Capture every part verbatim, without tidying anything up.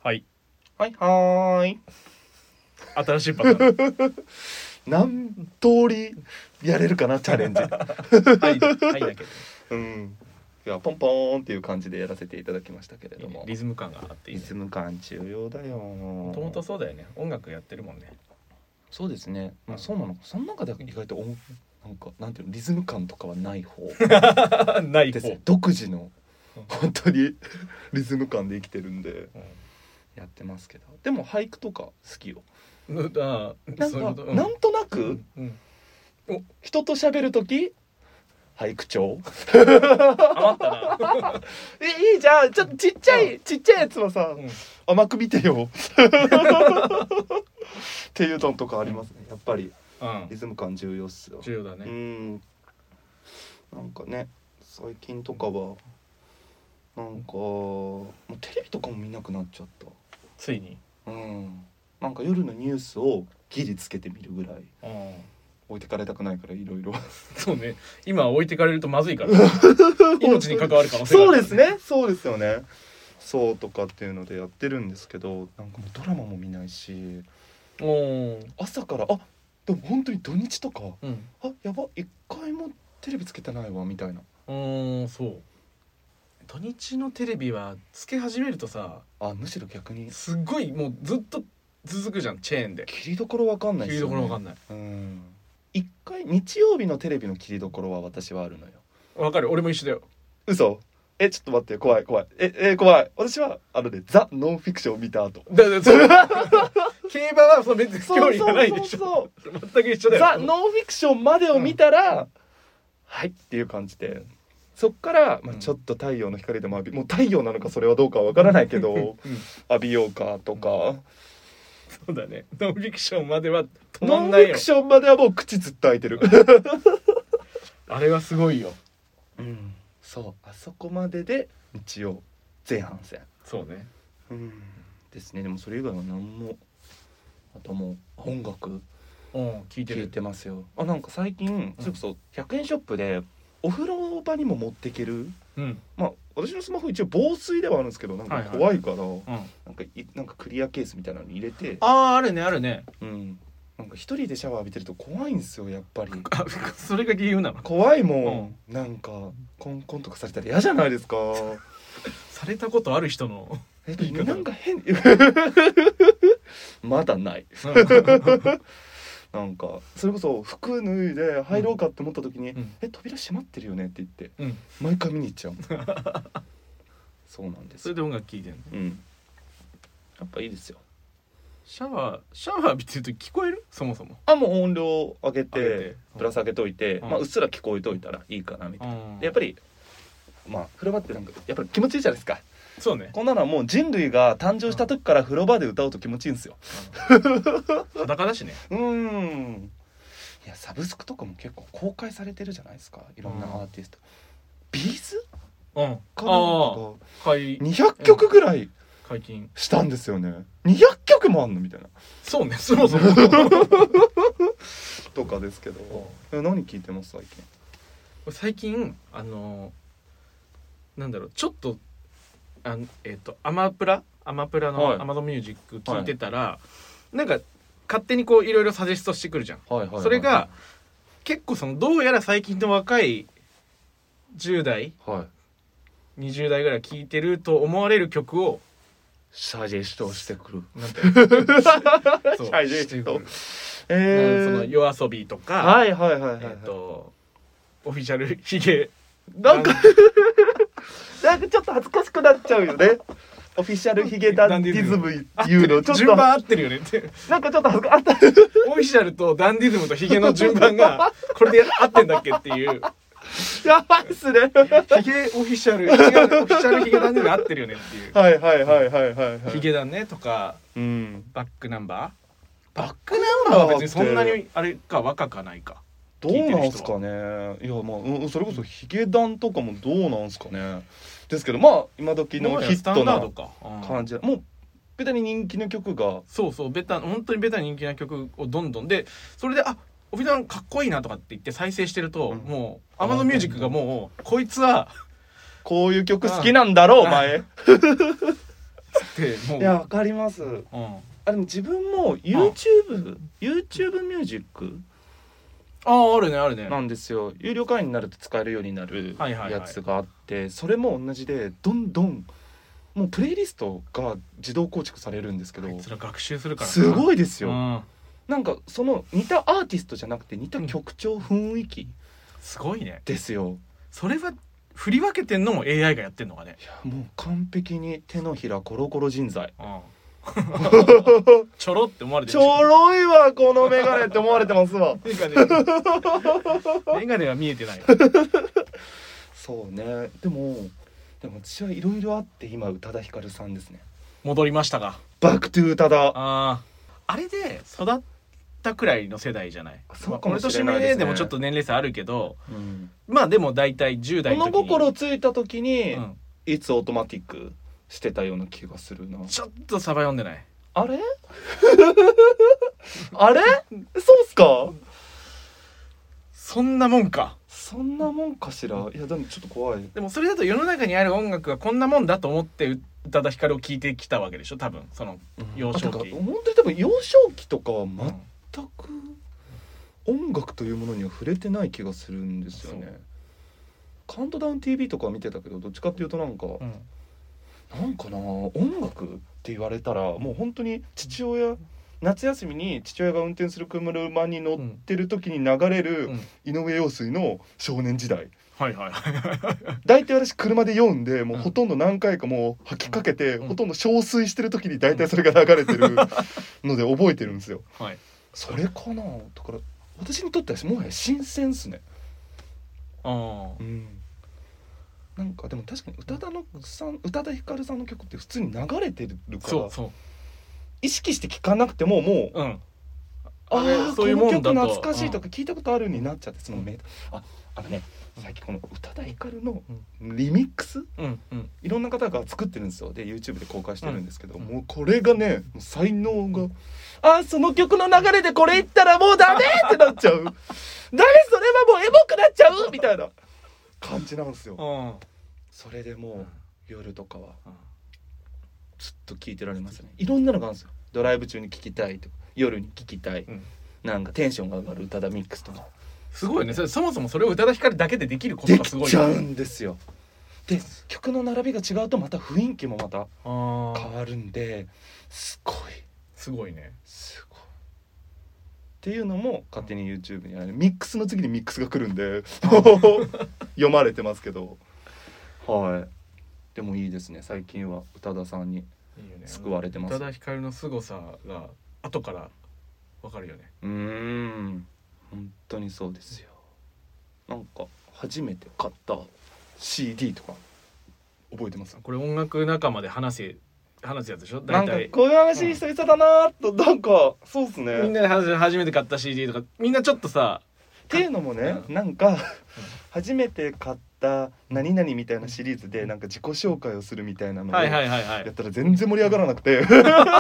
はいはいはーい。 新しいパターン何通りやれるかなチャレンジ。 はいはいだけど、 うん。いやポンポーンっていう感じでやらせていただきましたけれども、 リズム感があっていい、ね、 リズム感重要だよ。 もともとそうだよね。音楽やってるもんね。 そうですね。まあそうなのか。その中で意外と音なんかなんていうのリズム感とかはない方ない方ですね。独自の本当にリズム感で生きてるんで、うん、やってますけど。でも俳句とか好きよ。 あなんか、うん、なんとなく、うんうん、お人と喋るとき俳句帳余ったなえいいじゃん。ちょっとちっちゃい、うん、ちっちゃいやつはさ、うん、甘く見てよっていうのとかありますね。やっぱり、うん、リズム感重要っすよ。 重要だね。うん。 なんかね最近とかはなんかもうテレビとかも見なくなっちゃった。 ついに。 うん。なんか夜のニュースをギリつけてみるぐらい。うん。置いてかれたくないからいろいろ。 そうね。今置いてかれるとまずいから。命に関わる可能性がある。 そうですね。そうですよね。そうとかっていうのでやってるんですけど、なんかもうドラマも見ないし。お朝からあでも本当に土日とか、うん、あやば一回もテレビつけてないわみたいな。 うんそう。土日のテレビはつけ始めるとさ、 あむしろ逆にすっごいもうずっと続くじゃんチェーンで。 切りどころわかんないですよね。 切りどころわかんない。 うん一回日曜日のテレビの切りどころは私はあるのよ。 わかる。俺も一緒だよ。 嘘。えちょっと待って怖い怖いええ怖い。私はあのねザ・ノンフィクションを見た後だだそう競馬はその別に興味がないでしょ。そうそうそう全く一緒だよ。 ザ・ノンフィクションまでを見たら、うん、はいっていう感じで、そっから、まあ、ちょっと太陽の光でも浴びもう太陽なのかそれはどうかはわからないけど、うん、浴びようかとか、うん、 そうだね。ノンフィクションまでは止まんないよ。 ノンフィクションまではもう口ずっと開いてるあれはすごいよ。 うんそうあそこまでで日曜前半戦そうね、 うん、ですね。でもそれ以外は何もあともう音楽聞いてる聞いてますよ。あなんか最近それこそひゃくえんショップでお風呂場にも持ってける、うん、まあ私のスマホ一応防水ではあるんですけどなんか怖いから、はいはいうん、なんかいなんかクリアケースみたいなのに入れてあああるねあるねうんなんか一人でシャワー浴びてると怖いんですよやっぱり。 それが理由なの？ 怖いもん、うん、なんかコンコンとかされたら嫌じゃないですかされたことある人のえなんか変まだないなんかそれこそ服脱いで入ろうかって思った時に、うん、え扉閉まってるよねって言って、うん、毎回見に行っちゃうそうなんです。 それで音楽聴いてるの、 うん、やっぱいいですよ。 シャワーシャワー浴びてると聞こえる？そもそもあもう音量上げて、上げてプラス上げといて、うんまあ、うっすら聞こえといたらいいかなみたいな、うん、でやっぱりまあ風呂場ってなんかやっぱり気持ちいいじゃないですか。 そうね。 こんなのはもう人類が誕生した時から風呂場で歌うと気持ちいいんですよ、 うん、裸だしねうんいやサブスクとかも結構公開されてるじゃないですかいろんなアーティスト、うん、ビーズうんかなんかにひゃっきょくぐらい解禁したんですよね。にひゃっきょくもあんのみたいな。 そうねそもそもとかですけど何聞いてます最近？ 最近あのなんだろうちょっとあえっ、ー、とアマプラアマプラのアマゾンミュージック聞いてたら、はい、なんか勝手にこういろいろサジェストしてくるじゃん、はいはいはいはい、それが結構そのどうやら最近の若いじゅう代、はい、にじゅう代ぐらい聞いてると思われる曲をサジェストしてくるなんてそうサジェスト、 えー、その夜遊びとかはいはいはいはい、はい、えー、とオフィシャルヒゲなんかなんかちょっと恥ずかしくなっちゃうよねオフィシャルヒゲダンディズム言うのちょっと順番合ってるよねってなんかちょっと恥ずかしかったオフィシャルとダンディズムとヒゲの順番がこれで合ってんだっけっていうやばいっすねヒゲオフィシャルヒゲオフィシャルヒゲダンディズム合ってるよねっていうはいはいはいはいはい、はい、 ヒゲダンねとか、うん、バックナンバーバックナンバーは別にそんなにあれか若かないかどうなんすかね。いやまあ、うん、それこそヒゲダンとかもどうなんすかねですけどまあ今時のヒットな感じ、うん、もうベタに人気の曲がそうそうベタ本当にベタに人気な曲をどんどんでそれであオフィダンかっこいいなとかって言って再生してると、うん、もうアマゾンミュージックがもうこいつはこういう曲好きなんだろうお前ってもういやわかります、うん、あでも自分も YouTube、YouTube ミュージックあああるねあるねなんですよ。有料会員になると使えるようになるやつがあって、はいはいはい、それも同じでどんどんもうプレイリストが自動構築されるんですけど、あいつら学習するからすごいですよ、うん、なんかその似たアーティストじゃなくて似た曲調、うん、雰囲気すごいねですよ。 それは振り分けてんのも エーアイ がやってんのかね。 いやもう完璧に手のひらコロコロ人材、うんちょろって思われてる。ちょろいわこのメガネって思われてますわ。 メガネメガネは見えてないそうね。でもでも私はいろいろあって今宇多田ヒカルさんですね。 戻りましたがバックトゥ宇多田。 ああれで育ったくらいの世代じゃない。 そうかもしれないですね。 俺としめでもちょっと年齢差あるけど、うん、まあでも大体じゅう代の時に物心ついた時に、うん、いつオートマティックしてたような気がするな。 ちょっとサバ読んでない。 あれあれそうっすか。 そんなもんか。 そんなもんかしら。いやでもちょっと怖い。 でもそれだと世の中にある音楽がこんなもんだと思って宇多田ヒカルを聴いてきたわけでしょ多分。その幼少期、 うん、本当に多分幼少期とかは全く音楽というものには触れてない気がするんですよね。カウントダウン ティーブイ とかは見てたけどどっちかっていうとなんか、うん、なんかな音楽って言われたらもう本当に父親夏休みに父親が運転する車に乗ってる時に流れる井上陽水の少年時代、 はいはい大体私車で読んでもうほとんど何回かもう吐きかけて、うん、ほとんど憔悴してる時に大体それが流れてるので覚えてるんですよ、はい、それかな。だから私にとってはもはや新鮮っすね。あ、うん、なんかでも確かに宇多田のさん宇多田ヒカルさんの曲って普通に流れてるからそうそう意識して聴かなくてももう、うん、ああこの曲懐かしいとか聞いたことあるになっちゃって、そのメーああのね最近この宇多田ヒカルのリミックス、うんうん、いろんな方が作ってるんですよ。で YouTube で公開してるんですけど、うん、もうこれがね才能があその曲の流れでこれ言ったらもうダメってなっちゃうダメそれはもうエモくなっちゃうみたいな感じなんですよ、うん、それでもう夜とかはずっと聴いてられますね。いろんなのがあるんですよ。ドライブ中に聴きたいとか夜に聴きたい、うん、なんかテンションが上がる宇多田ミックスとかすごいね。それそもそもそれを宇多田ヒカルだけでできることがすごい、ね、 できちゃうんですよ。で曲の並びが違うとまた雰囲気もまた変わるんですごいすごいね。 すごいっていうのも勝手に YouTube にあるミックスの次にミックスが来るんで読まれてますけど、はいでもいいですね。最近は宇多田さんに救われてます。 宇多田ヒカルの凄さが後から分かるよね。 うーん本当にそうですよ。なんか初めて買った シーディー とか覚えてます？ これ音楽仲間で話せ話すやつでしょ。 大体なんかこういう話久々だなと、うん、なんかそうっすね。 みんなで初めて買った シーディー とかみんなちょっとさっていうのもね、うん、なんか、うん、初めて買った何々みたいなシリーズでなんか自己紹介をするみたいなのをやったら全然盛り上がらなくてそんなも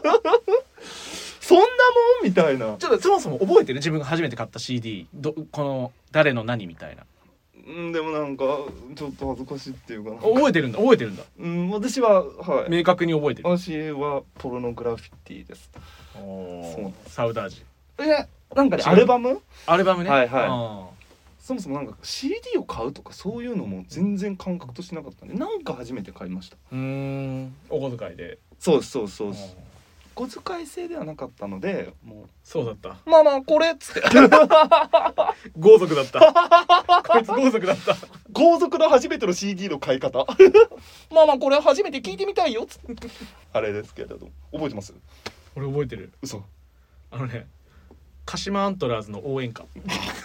んみたいな。 ちょっとそもそも覚えてる？自分が初めて買った シーディー どこの誰の何みたいな。 うんでもなんかちょっと恥ずかしいっていうかな。 覚えてるんだ覚えてるんだ。 うん私ははい明確に覚えてる。 私はポルノグラフィティです。 おそうサウダージ。 えなんかねアルバムアルバムね。 はいはいそもそもなんか シーディー を買うとかそういうのも全然感覚としてなかったんでなんか初めて買いました。 うーんお小遣いで。 そうそうそう小遣い制ではなかったのでもうそうだったまあまあこれっつって豪族だったこいつ豪族だった豪族の初めての シーディー の買い方まあまあこれ初めて聞いてみたいよっつってあれですけれど覚えてます？ 俺覚えてる。 嘘。 あのね鹿島アントラーズの応援歌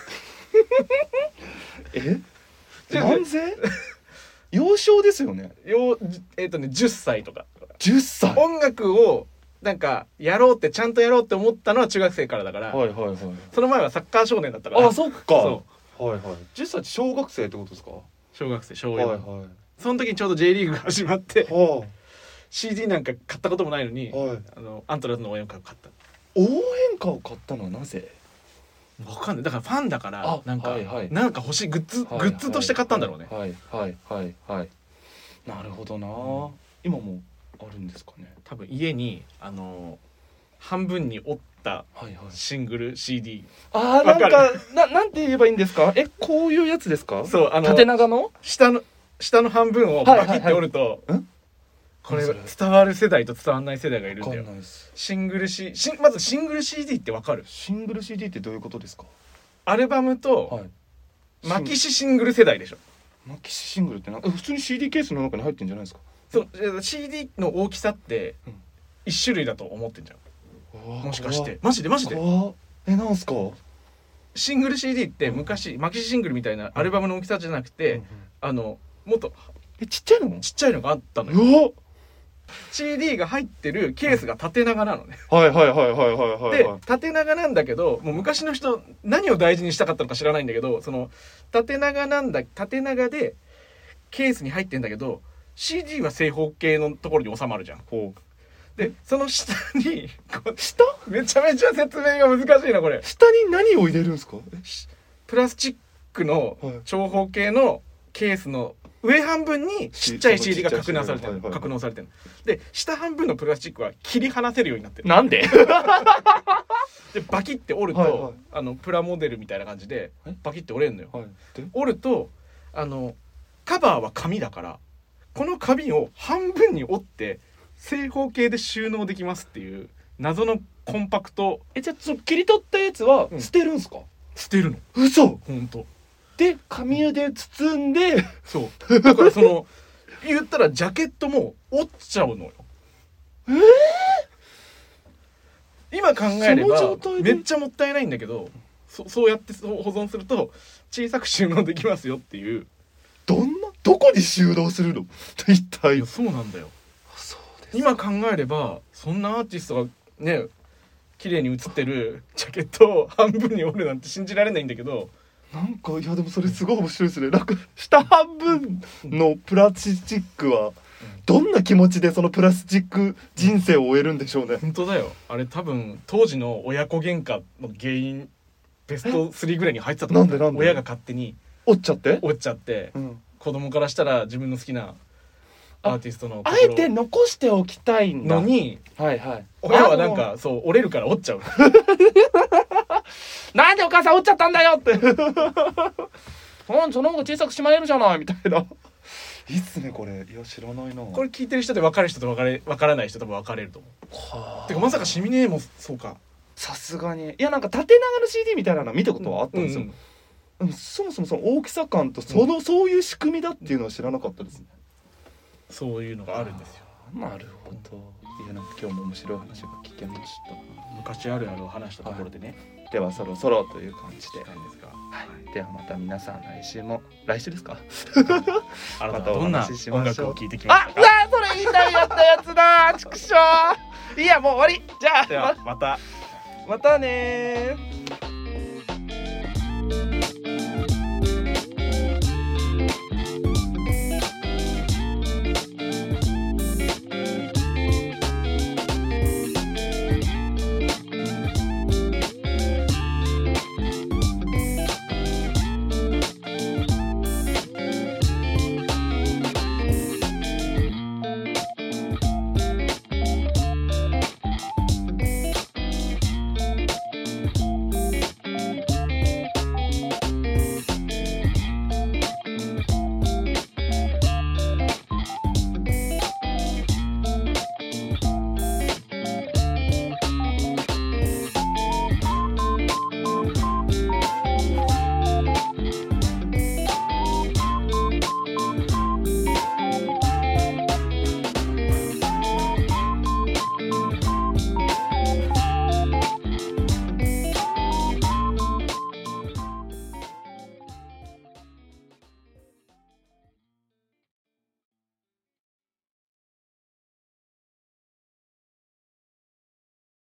え何ぜ幼少ですよね。 よえっとねじゅっさいとかじゅっさい音楽をなんかやろうってちゃんとやろうって思ったのは中学生からだから、 はいはいはい、 その前はサッカー少年だったから。 あそっかそうはいはいじゅっさいって小学生ってことですか？ 小学生小よん、 はいはい、 その時にちょうど J リーグが始まって、はあ、シーディー なんか買ったこともないのに、はい、あのアントラーズの応援歌を買った。 応援歌を買ったのはなぜ？ わかんない。だからファンだからなんか、はいはい、なんか欲しいグッズ、はいはい、グッズとして買ったんだろうね。 はいはいはいはいなるほどな、うん、今もうあるんですかね。 多分家にあの半分に折ったシングル シーディー、 はいはい、あーなんかななんて言えばいいんですか。えこういうやつですか。 そうあの縦長の下の下の半分をバキって折ると、はいはいはい、これ伝わる世代と伝わらない世代がいるんだよ。シングル C シンまずシングル シーディー ってわかる？ シングル シーディー ってどういうことですか？ アルバムとマキシシングル世代でしょ。 マキシシングルってなんか普通に シーディー ケースの中に入ってんじゃないですか？ そう シーディー の大きさって一種類だと思ってんじゃん、うん、もしかしてマジでマジでえなんすか？ シングル シーディー って昔、うん、マキシシングルみたいなアルバムの大きさじゃなくて、うんうん、あのもっとえちっちゃいのちっちゃいのがあったのよ。シーディー が入ってるケースが縦長なのね。 はいはいはいはいはいはい。 で縦長なんだけど、もう昔の人何を大事にしたかったのか知らないんだけど、その縦長なんだ縦長でケースに入ってんだけど シーディー は正方形のところに収まるじゃん。ほうでその下に下めちゃめちゃ説明が難しいなこれ。 下に何を入れるんですか？ プラスチックの長方形のケースの上半分にちっちゃい シーディー が格納されてる、はいはい、格納されてる。で下半分のプラスチックは切り離せるようになってる。 なんででバキって折ると、はいはい、あのプラモデルみたいな感じでバキって折れるのよ、はい、折るとあのカバーは紙だからこの紙を半分に折って正方形で収納できますっていう謎のコンパクト。 えじゃあその切り取ったやつは捨てるんすか？うん、 捨てるの。 嘘。 ほんとで紙で包んで、 そうだからその言ったらジャケットも折っちゃうのよ。えー、今考えればめっちゃもったいないんだけど、そそうやって保存すると小さく収納できますよっていう。 どんなどこに収納するの一体。いやそうなんだよ。そうです。今考えればそんなアーティストがね綺麗に写ってるジャケットを半分に折るなんて信じられないんだけど、 なんかいやでもそれすごい面白いですね。なんか下半分のプラスチックはどんな気持ちでそのプラスチック人生を終えるんでしょうね。 本当だよ。あれ多分当時の親子喧嘩の原因ベストスリーぐらいに入ってたと思う。なんでなんで親が勝手に折っちゃって折っちゃって、うん、子供からしたら自分の好きなアーティストのあえて残しておきたいのに、 はいはい、 親はなんかそう折れるから折っちゃうなんでお母さん折っちゃったんだよってその方が小さくしまえるじゃないみたいな。いいっすねこれ。いや知らないな。 これ聞いてる人で分かる人と分かれ分からない人多分分かれると思う。はあ。てかまさかシミネーもそうか。 さすがに。いやなんか縦長の シーディー みたいなの見たことはあったんですよ、うんうんうん、そもそもその大きさ感とその、うん、そういう仕組みだっていうのは知らなかったですね。 そういうのがあるんですよ。 なるほど。いやなんか今日も面白い話が聞けました。 昔あるあるを話したところでね、 はい、ではそろそろという感じで、 ですか、 はい、ではまた皆さん来週も来週ですかあなたはどんな音楽を聴いてきましたか。 あ、うわそれ言いたいやったやつだちくしょう。いやもう終わり。じゃあではまたまたね。